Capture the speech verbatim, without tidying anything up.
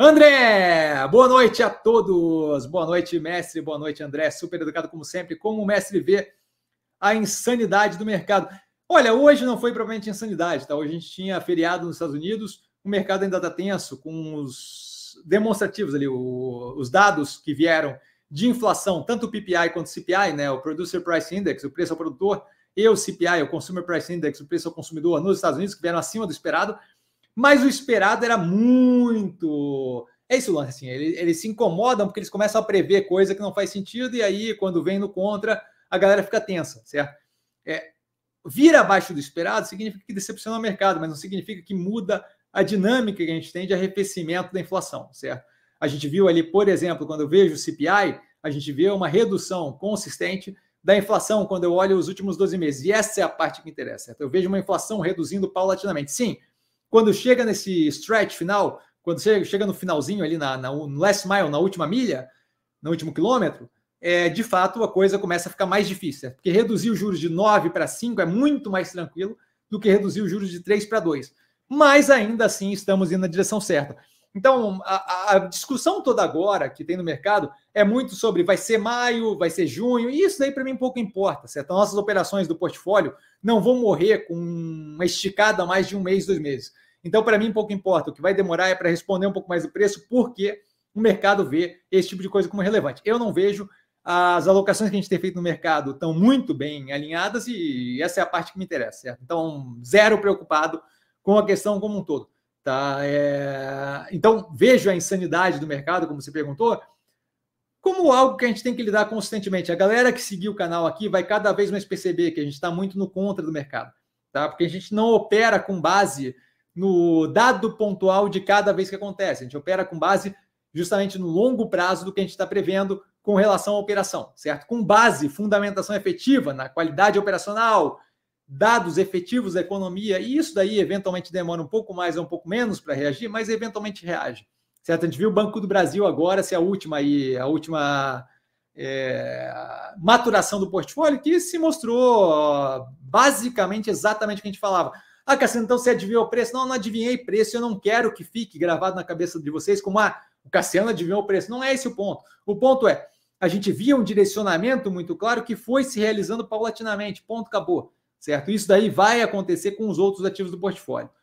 André, boa noite a todos. Boa noite, mestre. Boa noite, André. Super educado como sempre. Como o mestre vê a insanidade do mercado? Olha, hoje não foi propriamente insanidade, tá? Hoje a gente tinha feriado nos Estados Unidos, o mercado ainda está tenso com os demonstrativos ali, o, os dados que vieram de inflação, tanto o P P I quanto o C P I, né? O Producer Price Index, o preço ao produtor, e o C P I, o Consumer Price Index, o preço ao consumidor nos Estados Unidos, que vieram acima do esperado. Mas o esperado era muito... É isso, lance, assim, eles, eles se incomodam porque eles começam a prever coisa que não faz sentido e aí, quando vem no contra, a galera fica tensa, certo? É, vir abaixo do esperado significa que decepciona o mercado, mas não significa que muda a dinâmica que a gente tem de arrefecimento da inflação, certo? A gente viu ali, por exemplo, quando eu vejo o C P I, a gente vê uma redução consistente da inflação quando eu olho os últimos doze meses. E essa é a parte que interessa, certo? Eu vejo uma inflação reduzindo paulatinamente. Sim, quando chega nesse stretch final, quando chega no finalzinho ali, na, na, no last mile, na última milha, no último quilômetro, é, de fato a coisa começa a ficar mais difícil, certo? Porque reduzir os juros de nove para cinco é muito mais tranquilo do que reduzir os juros de três para dois. Mas ainda assim estamos indo na direção certa. Então, a, a discussão toda agora que tem no mercado é muito sobre vai ser maio, vai ser junho, e isso daí para mim pouco importa, certo? As nossas operações do portfólio não vão morrer com uma esticada a mais de um mês, dois meses. Então, para mim, pouco importa. O que vai demorar é para responder um pouco mais do preço, porque o mercado vê esse tipo de coisa como relevante. Eu não vejo. As alocações que a gente tem feito no mercado estão muito bem alinhadas e essa é a parte que me interessa, certo? Então, zero preocupado com a questão como um todo. Tá? É... Então, vejo a insanidade do mercado, como você perguntou, como algo que a gente tem que lidar consistentemente. A galera que seguiu o canal aqui vai cada vez mais perceber que a gente está muito no contra do mercado, tá? Porque a gente não opera com base no dado pontual de cada vez que acontece. A gente opera com base justamente no longo prazo do que a gente está prevendo com relação à operação, certo? Com base, fundamentação efetiva na qualidade operacional, dados efetivos da economia, e isso daí eventualmente demora um pouco mais ou um pouco menos para reagir, mas eventualmente reage, certo? A gente viu o Banco do Brasil agora ser a última aí, a última é, maturação do portfólio, que se mostrou basicamente exatamente o que a gente falava. Ah, Cassiano, então você adivinhou o preço? Não, não adivinhei preço, eu não quero que fique gravado na cabeça de vocês como, ah, o Cassiano adivinhou o preço. Não é esse o ponto. O ponto é, a gente via um direcionamento muito claro que foi se realizando paulatinamente, ponto, acabou, certo? Isso daí vai acontecer com os outros ativos do portfólio.